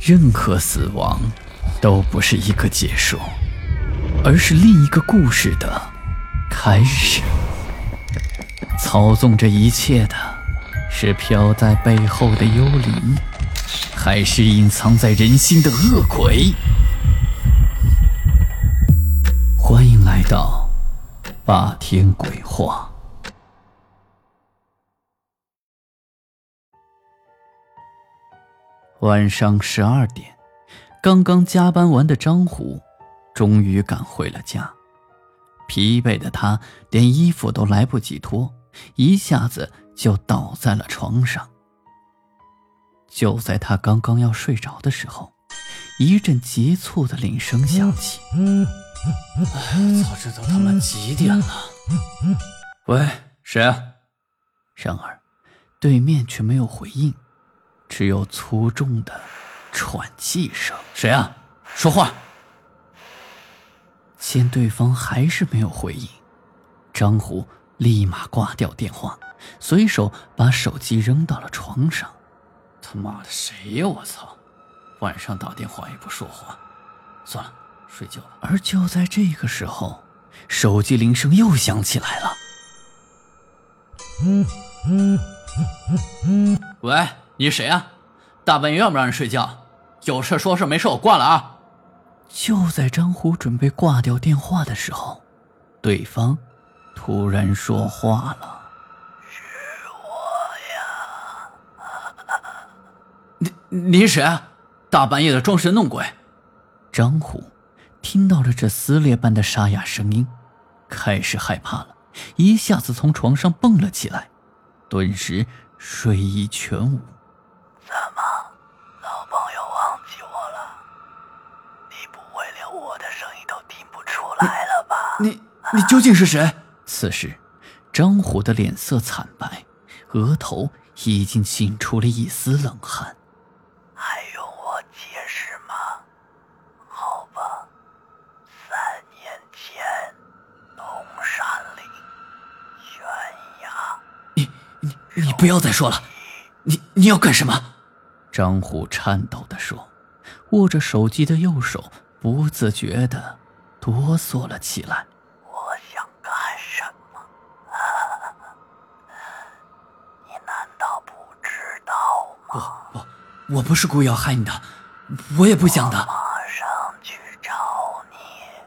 任何死亡都不是一个结束，而是另一个故事的开始。操纵这一切的是飘在背后的幽灵，还是隐藏在人心的恶鬼？欢迎来到霸天鬼话。晚上12点，刚刚加班完的张虎终于赶回了家。疲惫的他连衣服都来不及脱，一下子就倒在了床上。就在他刚刚要睡着的时候，一阵急促的铃声响起。 早知道他妈几点了。 喂，谁啊？然而对面却没有回应，只有粗重的喘气声。 谁啊？说话！ 见对方还是没有回应，张虎立马挂掉电话，随手把手机扔到了床上。 他妈的谁呀，我操！晚上打电话也不说话。算了，睡觉吧。 而就在这个时候，手机铃声又响起来了。 喂，你谁啊？大半夜让不让人睡觉？有事说事，没事我挂了啊。 就在张虎准备挂掉电话的时候，对方突然说话了：“ 是我呀。你谁啊？大半夜的装神弄鬼。” 张虎听到了这撕裂般的沙哑声音，开始害怕了，一下子从床上蹦了起来，顿时睡意全无。 怎么，老朋友忘记我了？你不会连我的声音都听不出来了吧？ 你究竟是谁？ 此时张虎的脸色惨白，额头已经沁出了一丝冷汗。 还用我解释吗？好吧，3年前东山岭悬崖。 你不要再说了，你要干什么？ 张虎颤抖地说，握着手机的右手不自觉地哆嗦了起来。 我想干什么？你难道不知道吗？ 我不是故意要害你的，我也不想的。 我马上去找你。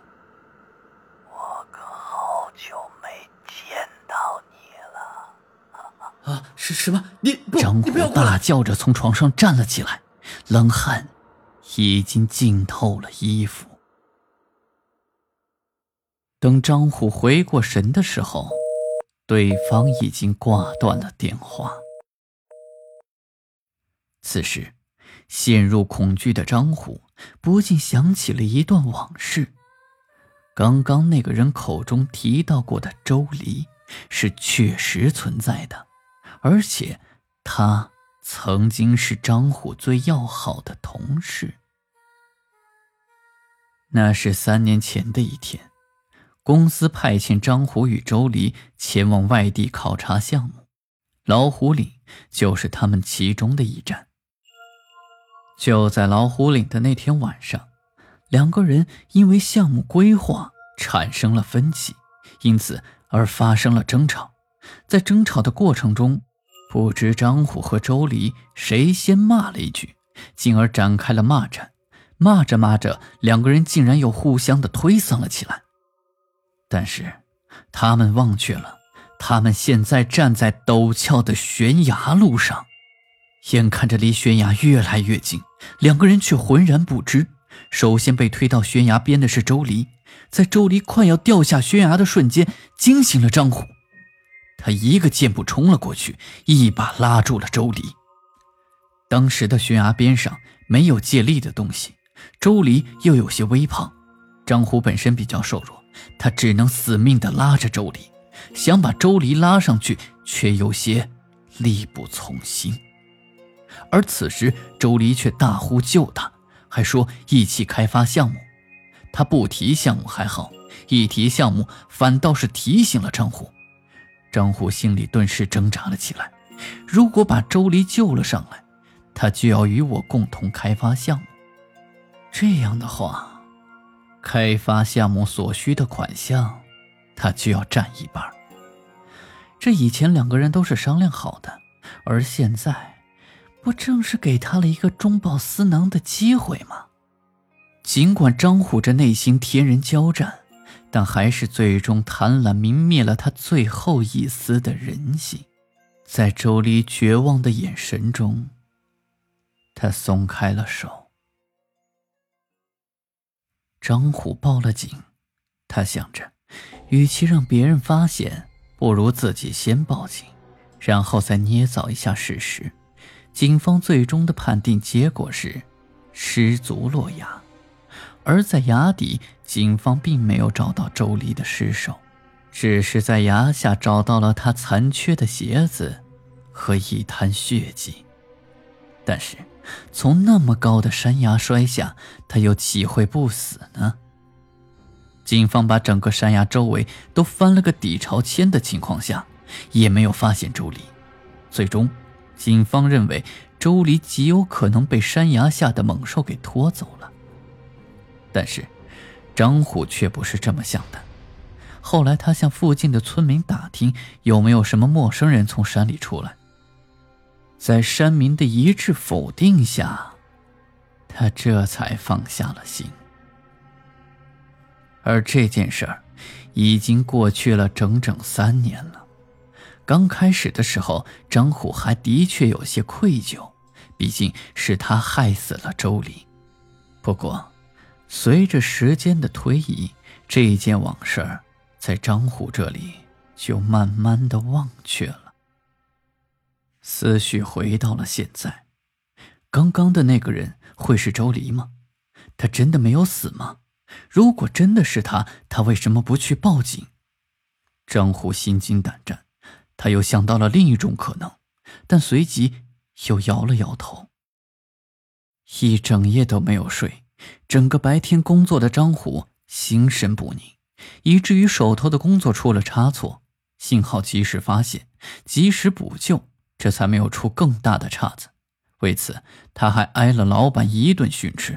我可好久没见到你了。 啊，是什么？你不张虎大叫着从床上站了起来，冷汗已经浸透了衣服。等张虎回过神的时候，对方已经挂断了电话。此时陷入恐惧的张虎不禁想起了一段往事。刚刚那个人口中提到过的周离是确实存在的，而且他曾经是张虎最要好的同事。那是3年前的一天，公司派遣张虎与周离前往外地考察项目，老虎岭就是他们其中的一站。就在老虎岭的那天晚上，两个人因为项目规划产生了分歧，因此而发生了争吵。在争吵的过程中，不知张虎和周离谁先骂了一句，进而展开了骂战。骂着骂着，两个人竟然又互相的推搡了起来。但是他们忘却了，他们现在站在陡峭的悬崖路上，眼看着离悬崖越来越近，两个人却浑然不知。首先被推到悬崖边的是周离，在周离快要掉下悬崖的瞬间，惊醒了张虎。他一个箭步冲了过去，一把拉住了周离。当时的悬崖边上没有借力的东西，周离又有些微胖，张虎本身比较瘦弱，他只能死命地拉着周离，想把周离拉上去，却有些力不从心。而此时周离却大呼救他，还说一起开发项目。他不提项目还好，一提项目反倒是提醒了张虎。张虎心里顿时挣扎了起来，如果把周离救了上来， 他就要与我共同开发项目。这样的话，开发项目所需的款项，他就要占一半。这以前两个人都是商量好的，而现在不正是给他了一个中饱私囊的机会吗？尽管张虎这内心天人交战，但还是最终贪婪泯灭了他最后一丝的人性。在周离绝望的眼神中，他松开了手。张虎报了警，他想着，与其让别人发现，不如自己先报警，然后再捏造一下事实。警方最终的判定结果是失足落崖，而在崖底，警方并没有找到周离的尸首，只是在崖下找到了他残缺的鞋子和一滩血迹。但是从那么高的山崖摔下，他又岂会不死呢？警方把整个山崖周围都翻了个底朝天的情况下，也没有发现周离。最终警方认为周离极有可能被山崖下的猛兽给拖走了。但是张虎却不是这么想的。后来他向附近的村民打听有没有什么陌生人从山里出来，在山民的一致否定下，他这才放下了心。而这件事儿已经过去了整整3年了。刚开始的时候，张虎还的确有些愧疚，毕竟是他害死了周离。不过随着时间的推移，这件往事在张虎这里就慢慢的忘却了。思绪回到了现在，刚刚的那个人会是周离吗？他真的没有死吗？如果真的是他，他为什么不去报警？张虎心惊胆战，他又想到了另一种可能，但随即又摇了摇头。一整夜都没有睡，整个白天工作的张虎心神不宁，以至于手头的工作出了差错，幸好及时发现，及时补救，这才没有出更大的岔子。为此他还挨了老板一顿训斥。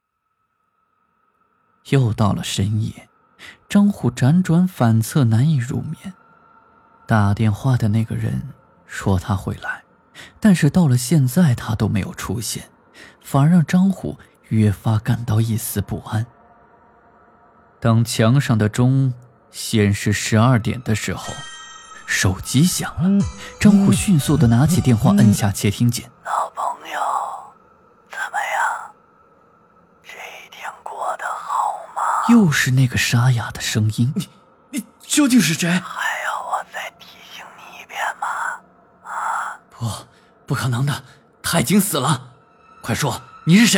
又到了深夜，张虎辗转反侧，难以入眠。打电话的那个人说他会来，但是到了现在他都没有出现，反而让张虎越发感到一丝不安。当墙上的钟显示12点的时候，手机响了。张虎迅速地拿起电话，摁下接听键。 老朋友，怎么样？这一天过得好吗？ 又是那个沙哑的声音。 你究竟是谁？ 还要我再提醒你一遍吗？ 不可能的，他已经死了。快说，你是谁？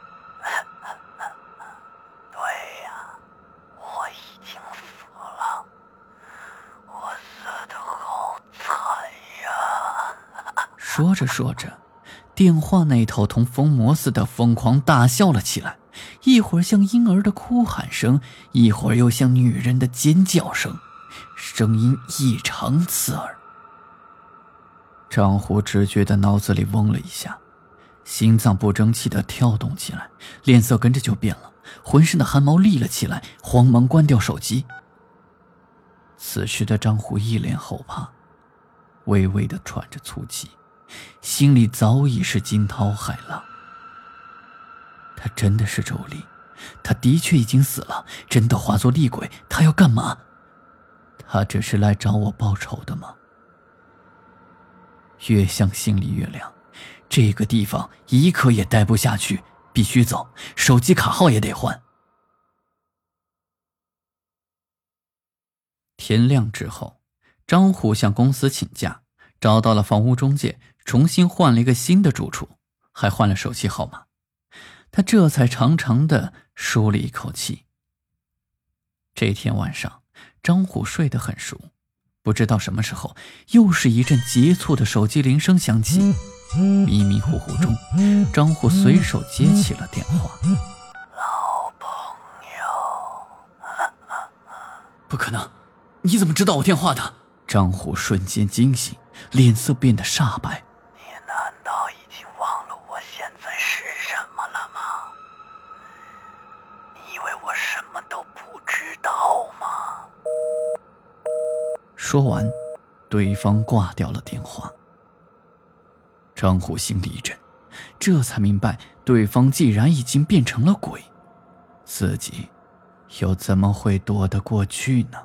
对呀，我已经死了，我死得好惨呀！ 说着说着，电话那头同疯魔似的疯狂大笑了起来，一会儿像婴儿的哭喊声，一会儿又像女人的尖叫声，声音异常刺耳。张虎只觉得脑子里嗡了一下，心脏不争气地跳动起来，脸色跟着就变了，浑身的汗毛立了起来，慌忙关掉手机。此时的张虎一脸后怕，微微地喘着粗气，心里早已是惊涛骇浪。他真的是周离，他的确已经死了，真的化作厉鬼，他要干嘛？他只是来找我报仇的吗？越想心里越凉，这个地方一刻也待不下去，必须走，手机卡号也得换。天亮之后，张虎向公司请假，找到了房屋中介，重新换了一个新的住处，还换了手机号码。他这才长长的舒了一口气。这天晚上，张虎睡得很熟，不知道什么时候，又是一阵急促的手机铃声响起。迷迷糊糊中，张虎随手接起了电话。 老朋友， 不可能，你怎么知道我电话的？ 张虎瞬间惊醒，脸色变得煞白。 你难道已经忘了你以为我什么都不知道吗？ 说完，对方挂掉了电话。张虎心里一震，这才明白对方既然已经变成了鬼，自己又怎么会躲得过去呢？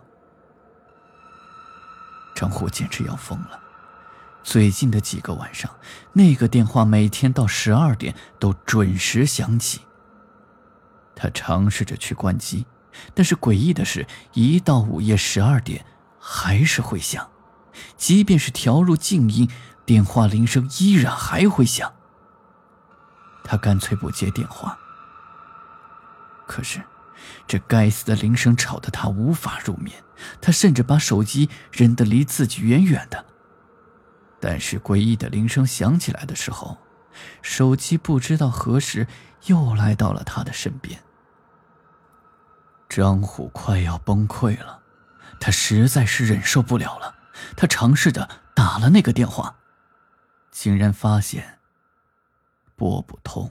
张虎简直要疯了。最近的几个晚上，那个电话每天到12点都准时响起。他尝试着去关机，但是诡异的是，一到午夜12点还是会响，即便是调入静音，电话铃声依然还会响。他干脆不接电话，可是这该死的铃声吵得他无法入眠，他甚至把手机扔得离自己远远的。但是诡异的铃声响起来的时候，手机不知道何时又来到了他的身边。张虎快要崩溃了，他实在是忍受不了了。他尝试着打了那个电话，竟然发现拨不通。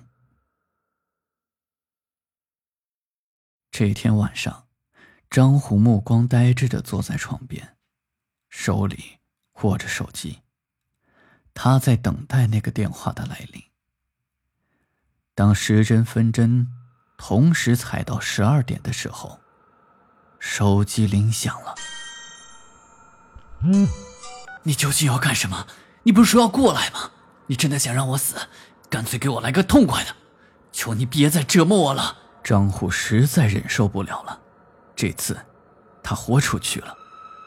这天晚上，张虎目光呆滞地坐在床边，手里握着手机，他在等待那个电话的来临。当时针分针同时踩到12点的时候，手机铃响了。你究竟要干什么？你不是说要过来吗？你真的想让我死？干脆给我来个痛快的，求你别再折磨我了。张虎实在忍受不了了，这次他豁出去了。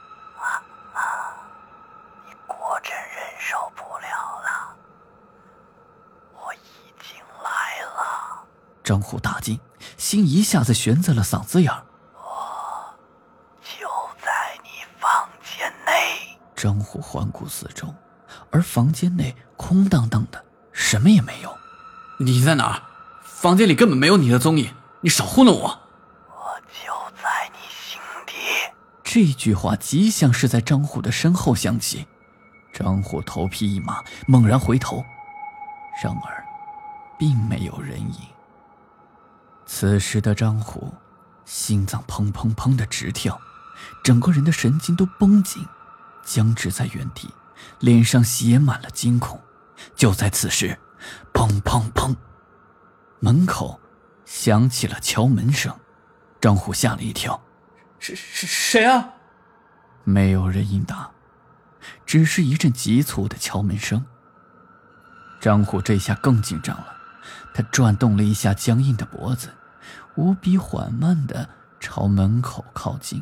你果真忍受不了了，我已经来了。 张虎大惊，心一下子悬在了嗓子眼儿。 我就在你房间内。 张虎环顾四周，而房间内空荡荡的，什么也没有。 你在哪儿？房间里根本没有你的踪影，你少糊弄我。 我就在你心底。 这句话极像是在张虎的身后响起。张虎头皮一麻，猛然回头，然而并没有人影。此时的张虎心脏砰砰砰的直跳，整个人的神经都绷紧，僵直在原地，脸上写满了惊恐。就在此时，砰砰砰，门口响起了敲门声。张虎吓了一跳， 谁啊？ 没有人应答，只是一阵急促的敲门声。张虎这下更紧张了，他转动了一下僵硬的脖子，无比缓慢地朝门口靠近。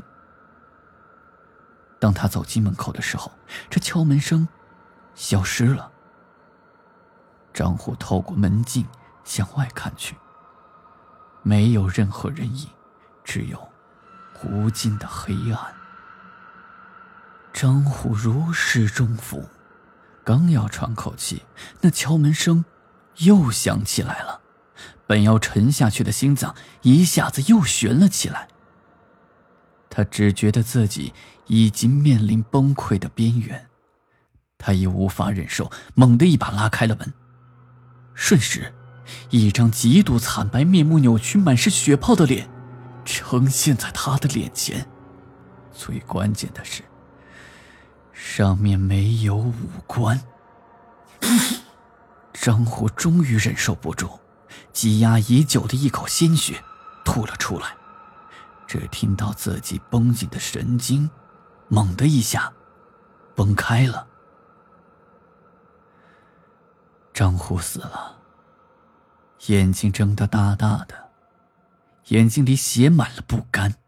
当他走进门口的时候，这敲门声消失了。张虎透过门镜向外看去，没有任何人影，只有无尽的黑暗。张虎如释重负，刚要喘口气，那敲门声又响起来了。本要沉下去的心脏一下子又悬了起来。他只觉得自己已经面临崩溃的边缘，他已无法忍受，猛地一把拉开了门。瞬时，一张极度惨白、面目扭曲、满是血泡的脸呈现在他的脸前。最关键的是，上面没有五官。张虎终于忍受不住，积压已久的一口鲜血吐了出来。只听到自己绷紧的神经猛地一下崩开了。张虎死了，眼睛睁得大大的，眼睛里写满了不甘。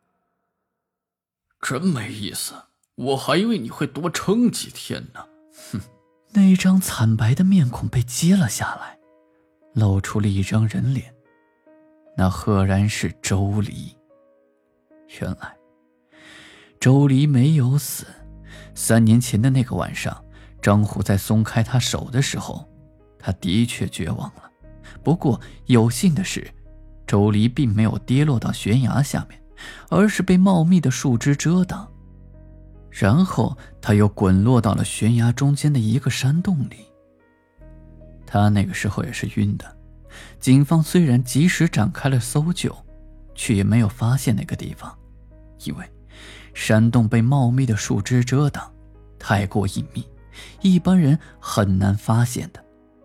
真没意思，我还以为你会多撑几天呢。哼！ 那张惨白的面孔被揭了下来，露出了一张人脸，那赫然是周离。原来周离没有死，3年前的那个晚上，张虎在松开他手的时候，他的确绝望了。不过有幸的是，周离并没有跌落到悬崖下面，而是被茂密的树枝遮挡，然后他又滚落到了悬崖中间的一个山洞里。他那个时候也是晕的， 警方虽然及时展开了搜救，却也没有发现那个地方，因为山洞被茂密的树枝遮挡，太过隐秘，一般人很难发现的。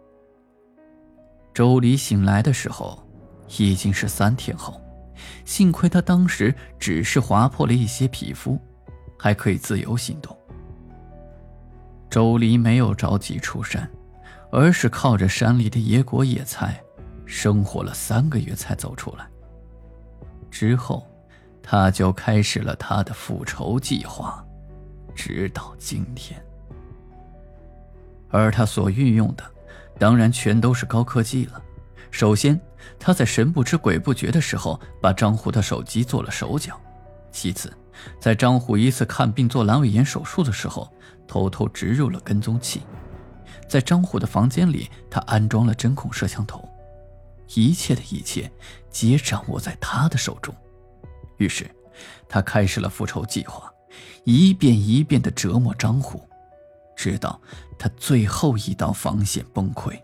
周黎醒来的时候已经是3天后，幸亏他当时只是划破了一些皮肤，还可以自由行动。周黎没有着急出山，而是靠着山里的野果野菜生活了3个月才走出来。之后他就开始了他的复仇计划，直到今天。而他所运用的当然全都是高科技了。首先，他在神不知鬼不觉的时候把张虎的手机做了手脚。其次，在张虎一次看病做阑尾炎手术的时候，偷偷植入了跟踪器。在张虎的房间里，他安装了针孔摄像头。一切的一切皆掌握在他的手中。于是他开始了复仇计划，一遍一遍地折磨张虎，直到他最后一道防线崩溃。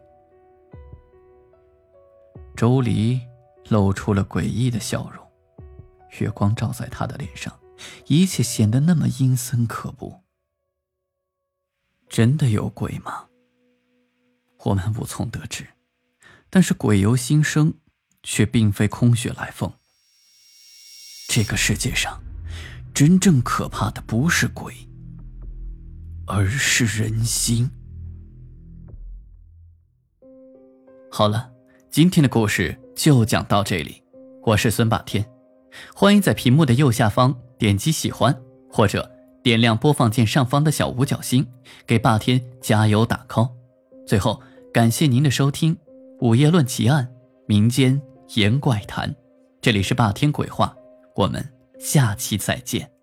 周黎露出了诡异的笑容，月光照在他的脸上，一切显得那么阴森可怖。真的有鬼吗？我们无从得知，但是鬼由心生，却并非空穴来风。这个世界上真正可怕的不是鬼，而是人心。好了，今天的故事就讲到这里，我是孙霸天，欢迎在屏幕的右下方点击喜欢，或者点亮播放键上方的小五角星，给霸天加油打 call。最后，感谢您的收听，午夜论奇案，民间言怪谈，这里是霸天鬼话，我们下期再见。